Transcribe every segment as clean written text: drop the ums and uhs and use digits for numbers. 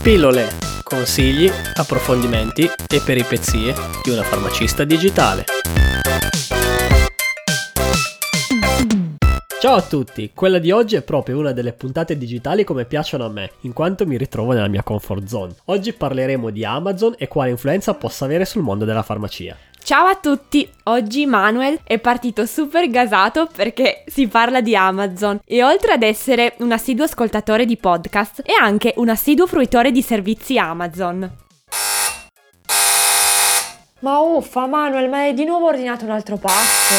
Pillole, consigli, approfondimenti e peripezie di una farmacista digitale. Ciao a tutti, quella di oggi è proprio una delle puntate digitali come piacciono a me, in quanto mi ritrovo nella mia comfort zone. Oggi parleremo di Amazon e quale influenza possa avere sul mondo della farmacia. Ciao a tutti, oggi Manuel è partito super gasato perché si parla di Amazon e oltre ad essere un assiduo ascoltatore di podcast è anche un assiduo fruitore di servizi Amazon. Ma uffa Manuel, ma hai di nuovo ordinato un altro pasto?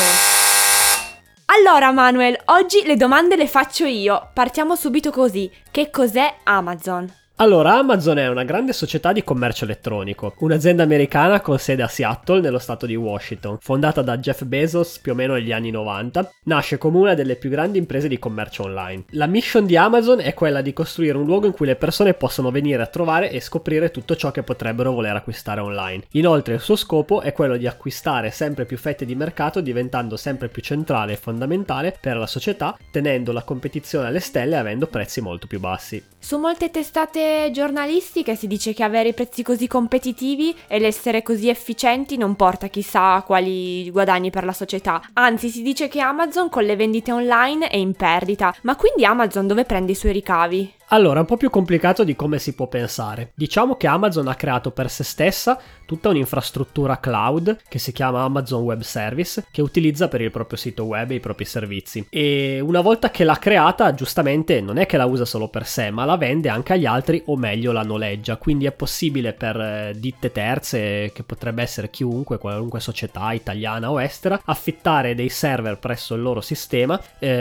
Allora Manuel, oggi le domande le faccio io, partiamo subito così, che cos'è Amazon? Allora, Amazon è una grande società di commercio elettronico, un'azienda americana con sede a Seattle, nello stato di Washington, fondata da Jeff Bezos più o meno negli anni 90, nasce come una delle più grandi imprese di commercio online. La mission di Amazon è quella di costruire un luogo in cui le persone possono venire a trovare e scoprire tutto ciò che potrebbero voler acquistare online. Inoltre il suo scopo è quello di acquistare sempre più fette di mercato, diventando sempre più centrale e fondamentale per la società, tenendo la competizione alle stelle e avendo prezzi molto più bassi. Su molte testate giornalistiche si dice che avere i prezzi così competitivi e l'essere così efficienti non porta chissà a quali guadagni per la società. Anzi, si dice che Amazon con le vendite online è in perdita. Ma quindi Amazon dove prende i suoi ricavi? Allora, è un po' più complicato di come si può pensare. Diciamo che Amazon ha creato per se stessa tutta un'infrastruttura cloud che si chiama Amazon Web Service, che utilizza per il proprio sito web e i propri servizi. E una volta che l'ha creata, giustamente non è che la usa solo per sé, ma la vende anche agli altri, o meglio la noleggia. Quindi è possibile per ditte terze, che potrebbe essere chiunque, qualunque società italiana o estera, affittare dei server presso il loro sistema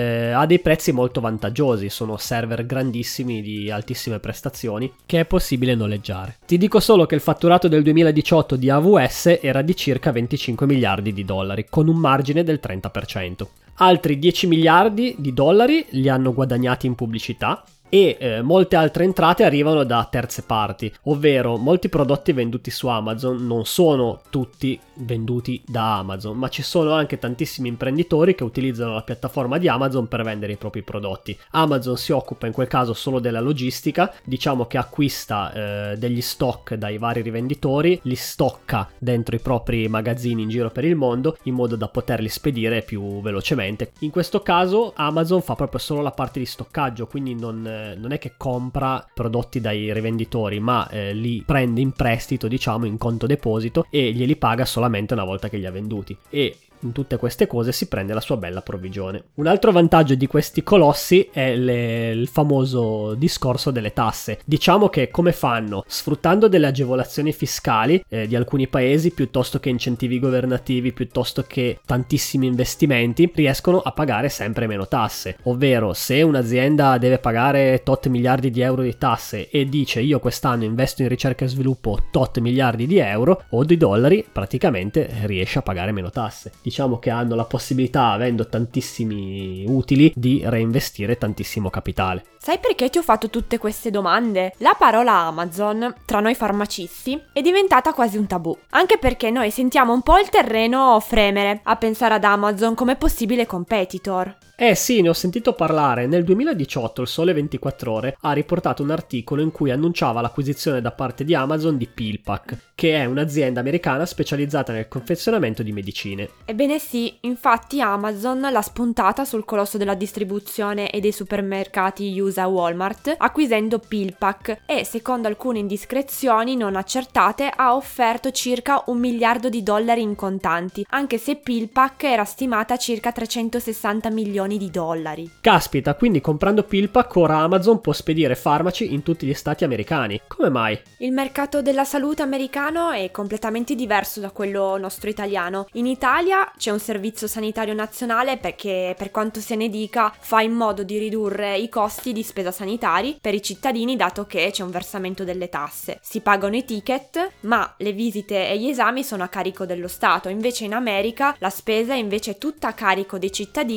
a dei prezzi molto vantaggiosi. Sono server grandissimi di altissime prestazioni che è possibile noleggiare. Ti dico solo che il fatturato del 2018 di AWS era di circa 25 miliardi di dollari, con un margine del 30%. Altri 10 miliardi di dollari li hanno guadagnati in pubblicità e molte altre entrate arrivano da terze parti, ovvero molti prodotti venduti su Amazon non sono tutti venduti da Amazon, ma ci sono anche tantissimi imprenditori che utilizzano la piattaforma di Amazon per vendere i propri prodotti. Amazon si occupa in quel caso solo della logistica, diciamo che acquista degli stock dai vari rivenditori, li stocca dentro i propri magazzini in giro per il mondo in modo da poterli spedire più velocemente. In questo caso Amazon fa proprio solo la parte di stoccaggio, quindi non è che compra prodotti dai rivenditori, ma li prende in prestito, diciamo, in conto deposito e glieli paga solamente una volta che li ha venduti. E in tutte queste cose si prende la sua bella provvigione. Un altro vantaggio di questi colossi è il famoso discorso delle tasse. Diciamo che come fanno? Sfruttando delle agevolazioni fiscali di alcuni paesi, piuttosto che incentivi governativi, piuttosto che tantissimi investimenti, riescono a pagare sempre meno tasse. Ovvero, se un'azienda deve pagare tot miliardi di euro di tasse e dice io quest'anno investo in ricerca e sviluppo tot miliardi di euro o di dollari, praticamente riesce a pagare meno tasse. Diciamo che hanno la possibilità, avendo tantissimi utili, di reinvestire tantissimo capitale. Sai perché ti ho fatto tutte queste domande? La parola Amazon, tra noi farmacisti, è diventata quasi un tabù. Anche perché noi sentiamo un po' il terreno fremere a pensare ad Amazon come possibile competitor. Sì, ne ho sentito parlare. Nel 2018 il Sole 24 Ore ha riportato un articolo in cui annunciava l'acquisizione da parte di Amazon di PillPack, che è un'azienda americana specializzata nel confezionamento di medicine. Ebbene sì, infatti Amazon l'ha spuntata sul colosso della distribuzione e dei supermercati USA Walmart, acquisendo PillPack e, secondo alcune indiscrezioni non accertate, ha offerto circa $1 miliardo in contanti, anche se PillPack era stimata a circa 360 milioni di dollari. Caspita, quindi comprando PillPack ora Amazon può spedire farmaci in tutti gli stati americani. Come mai? Il mercato della salute americano è completamente diverso da quello nostro italiano. In Italia c'è un servizio sanitario nazionale perché, per quanto se ne dica, fa in modo di ridurre i costi di spesa sanitari per i cittadini, dato che c'è un versamento delle tasse. Si pagano i ticket, ma le visite e gli esami sono a carico dello Stato. Invece in America la spesa è invece tutta a carico dei cittadini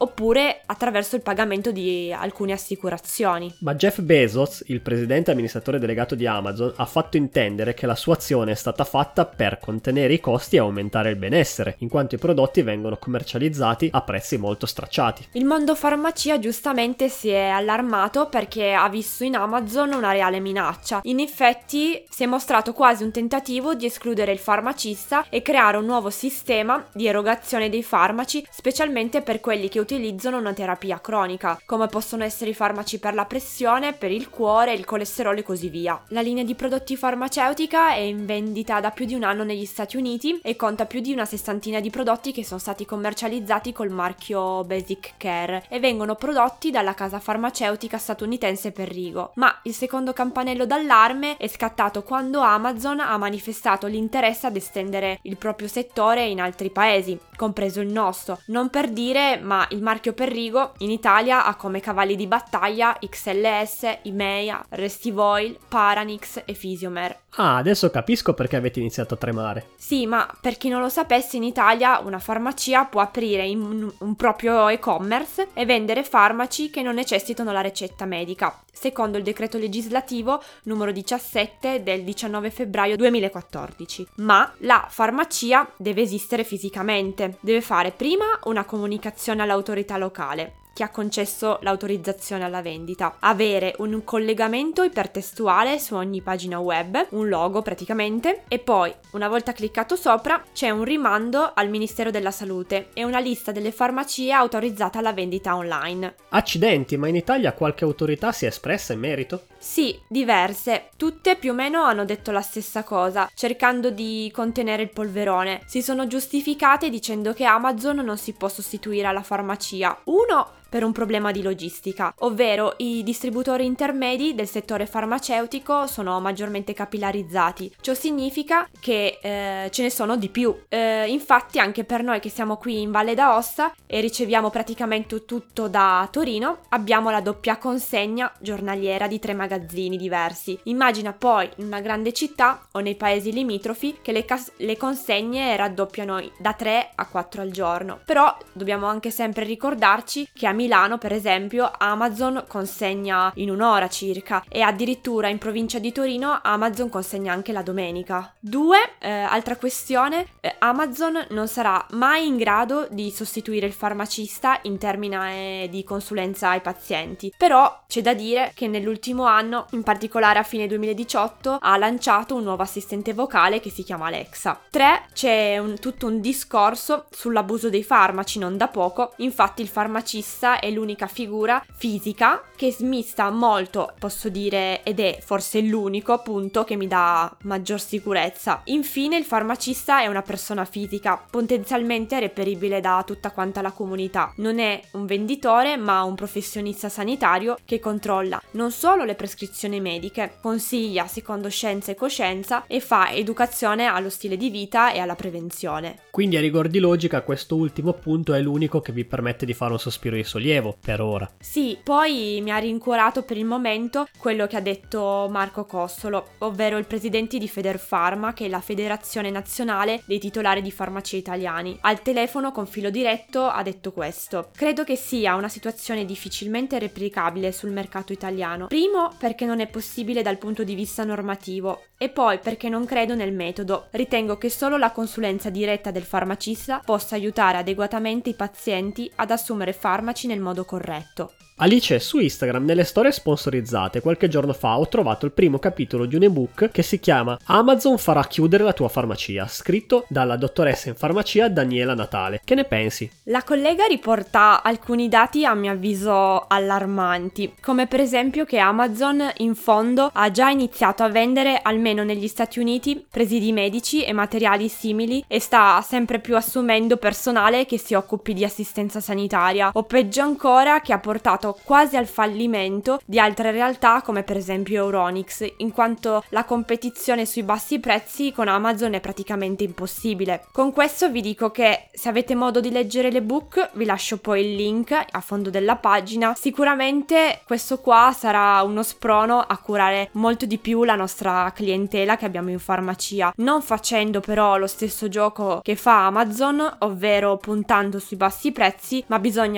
oppure attraverso il pagamento di alcune assicurazioni. Ma Jeff Bezos, il presidente amministratore delegato di Amazon, ha fatto intendere che la sua azione è stata fatta per contenere i costi e aumentare il benessere, in quanto i prodotti vengono commercializzati a prezzi molto stracciati. Il mondo farmacia giustamente si è allarmato perché ha visto in Amazon una reale minaccia. In effetti si è mostrato quasi un tentativo di escludere il farmacista e creare un nuovo sistema di erogazione dei farmaci, specialmente per quelli che utilizzano una terapia cronica, come possono essere i farmaci per la pressione, per il cuore, il colesterolo e così via. La linea di prodotti farmaceutica è in vendita da più di un anno negli Stati Uniti e conta più di una sessantina di prodotti che sono stati commercializzati col marchio Basic Care e vengono prodotti dalla casa farmaceutica statunitense Perrigo. Ma il secondo campanello d'allarme è scattato quando Amazon ha manifestato l'interesse ad estendere il proprio settore in altri paesi, compreso il nostro. Non per dire, ma il marchio Perrigo in Italia ha come cavalli di battaglia XLS, Imea, Restivoil, Paranix e Physiomer. Ah, adesso capisco perché avete iniziato a tremare. Sì, ma per chi non lo sapesse, in Italia una farmacia può aprire un proprio e-commerce e vendere farmaci che non necessitano la ricetta medica, secondo il decreto legislativo numero 17 del 19 febbraio 2014. Ma la farmacia deve esistere fisicamente, deve fare prima una comunicazione all'autorità locale che ha concesso l'autorizzazione alla vendita, avere un collegamento ipertestuale su ogni pagina web, un logo praticamente, e poi, una volta cliccato sopra, c'è un rimando al Ministero della Salute e una lista delle farmacie autorizzate alla vendita online. Accidenti, ma in Italia qualche autorità si è espressa in merito? Sì, diverse. Tutte più o meno hanno detto la stessa cosa, cercando di contenere il polverone. Si sono giustificate dicendo che Amazon non si può sostituire alla farmacia. Uno, per un problema di logistica, ovvero i distributori intermedi del settore farmaceutico sono maggiormente capillarizzati. Ciò significa che ce ne sono di più. Infatti anche per noi che siamo qui in Valle d'Aosta e riceviamo praticamente tutto da Torino, abbiamo la doppia consegna giornaliera di 3 magazzini diversi. Immagina poi in una grande città o nei paesi limitrofi che le consegne raddoppiano da 3 a 4 al giorno. Però dobbiamo anche sempre ricordarci che a Milano, per esempio, Amazon consegna in un'ora circa e addirittura in provincia di Torino Amazon consegna anche la domenica. 2, altra questione, Amazon non sarà mai in grado di sostituire il farmacista in termini di consulenza ai pazienti, però c'è da dire che nell'ultimo anno, in particolare a fine 2018, ha lanciato un nuovo assistente vocale che si chiama Alexa. 3, c'è tutto un discorso sull'abuso dei farmaci non da poco, infatti il farmacista è l'unica figura fisica che smista molto, posso dire, ed è forse l'unico punto che mi dà maggior sicurezza. Infine il farmacista è una persona fisica, potenzialmente reperibile da tutta quanta la comunità. Non è un venditore, ma un professionista sanitario che controlla non solo le prescrizioni mediche, consiglia secondo scienza e coscienza e fa educazione allo stile di vita e alla prevenzione. Quindi a rigor di logica questo ultimo punto è l'unico che vi permette di fare un sospiro di sollievo, per ora. Sì, poi mi ha rincuorato per il momento quello che ha detto Marco Cossolo, ovvero il presidente di Federfarma, che è la federazione nazionale dei titolari di farmacia italiani. Al telefono con filo diretto ha detto questo: credo che sia una situazione difficilmente replicabile sul mercato italiano. Primo, perché non è possibile dal punto di vista normativo, e poi perché non credo nel metodo. Ritengo che solo la consulenza diretta del farmacista possa aiutare adeguatamente i pazienti ad assumere farmaci nel modo corretto. Alice, su Instagram, nelle storie sponsorizzate, qualche giorno fa ho trovato il primo capitolo di un ebook che si chiama Amazon farà chiudere la tua farmacia, scritto dalla dottoressa in farmacia Daniela Natale. Che ne pensi? La collega riporta alcuni dati a mio avviso allarmanti, come per esempio che Amazon in fondo ha già iniziato a vendere, almeno negli Stati Uniti, presidi medici e materiali simili e sta sempre più assumendo personale che si occupi di assistenza sanitaria, o peggio ancora che ha portato quasi al fallimento di altre realtà come per esempio Euronics, in quanto la competizione sui bassi prezzi con Amazon è praticamente impossibile. Con questo vi dico che se avete modo di leggere l'ebook vi lascio poi il link a fondo della pagina. Sicuramente questo qua sarà uno sprono a curare molto di più la nostra clientela che abbiamo in farmacia, non facendo però lo stesso gioco che fa Amazon, ovvero puntando sui bassi prezzi, ma bisogna quindi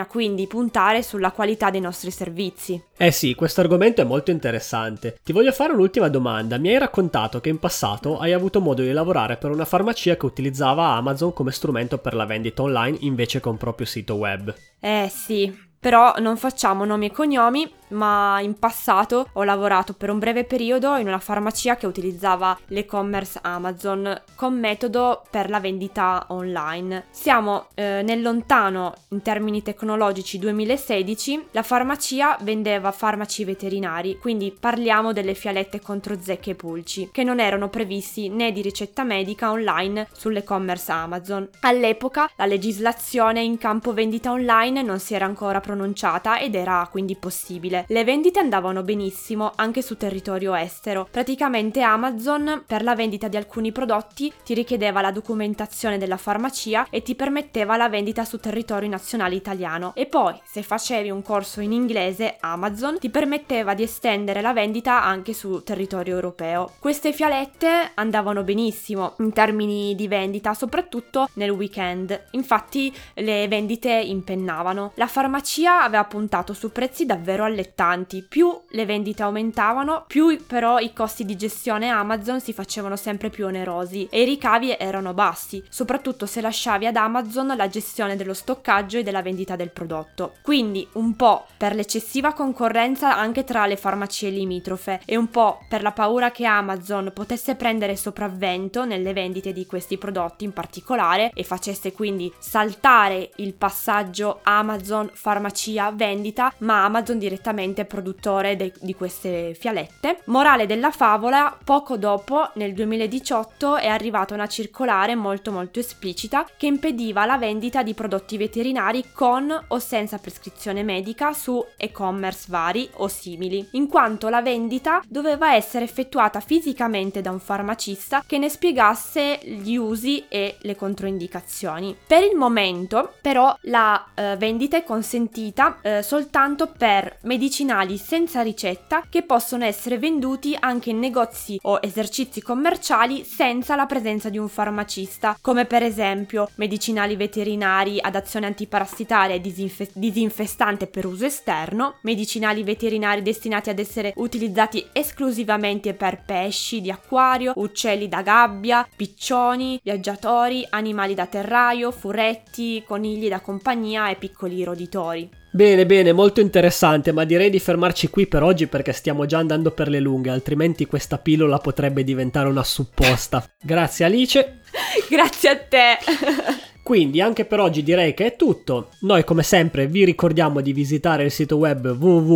quindi puntare sulla qualità dei nostri servizi. Eh sì, questo argomento è molto interessante. Ti voglio fare un'ultima domanda. Mi hai raccontato che in passato hai avuto modo di lavorare per una farmacia che utilizzava Amazon come strumento per la vendita online invece che un proprio sito web. Sì, però non facciamo nomi e cognomi, ma in passato ho lavorato per un breve periodo in una farmacia che utilizzava l'e-commerce Amazon con metodo per la vendita online. Siamo nel lontano, in termini tecnologici, 2016, la farmacia vendeva farmaci veterinari, quindi parliamo delle fialette contro zecche e pulci, che non erano previsti né di ricetta medica online sull'e-commerce Amazon. All'epoca la legislazione in campo vendita online non si era ancora pronunciata ed era quindi possibile. Le vendite andavano benissimo anche su territorio estero. Praticamente Amazon per la vendita di alcuni prodotti ti richiedeva la documentazione della farmacia e ti permetteva la vendita su territorio nazionale italiano. E poi, se facevi un corso in inglese, Amazon ti permetteva di estendere la vendita anche su territorio europeo. Queste fialette andavano benissimo in termini di vendita, soprattutto nel weekend. Infatti le vendite impennavano. La farmacia aveva puntato su prezzi davvero allettanti. Più le vendite aumentavano, più però i costi di gestione Amazon si facevano sempre più onerosi e i ricavi erano bassi, soprattutto se lasciavi ad Amazon la gestione dello stoccaggio e della vendita del prodotto. Quindi un po' per l'eccessiva concorrenza anche tra le farmacie limitrofe e un po' per la paura che Amazon potesse prendere sopravvento nelle vendite di questi prodotti in particolare e facesse quindi saltare il passaggio Amazon farmacia vendita, ma Amazon direttamente produttore di queste fialette. Morale della favola: poco dopo, nel 2018, è arrivata una circolare molto esplicita che impediva la vendita di prodotti veterinari con o senza prescrizione medica su e-commerce vari o simili, in quanto la vendita doveva essere effettuata fisicamente da un farmacista che ne spiegasse gli usi e le controindicazioni. Per il momento, però, la vendita è consentita soltanto per medicinali senza ricetta che possono essere venduti anche in negozi o esercizi commerciali senza la presenza di un farmacista, come per esempio medicinali veterinari ad azione antiparassitaria e disinfestante per uso esterno, medicinali veterinari destinati ad essere utilizzati esclusivamente per pesci di acquario, uccelli da gabbia, piccioni, viaggiatori, animali da terraio, furetti, conigli da compagnia e piccoli roditori. Bene, molto interessante, ma direi di fermarci qui per oggi perché stiamo già andando per le lunghe, altrimenti questa pillola potrebbe diventare una supposta. Grazie Alice. Grazie a te. Quindi anche per oggi direi che è tutto. Noi come sempre vi ricordiamo di visitare il sito web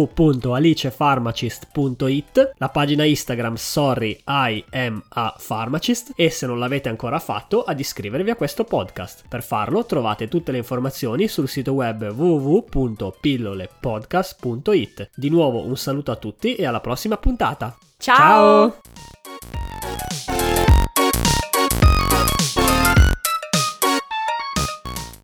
www.alicepharmacist.it, la pagina Instagram Sorry I am a Pharmacist e se non l'avete ancora fatto ad iscrivervi a questo podcast. Per farlo trovate tutte le informazioni sul sito web www.pillolepodcast.it. Di nuovo un saluto a tutti e alla prossima puntata. Ciao!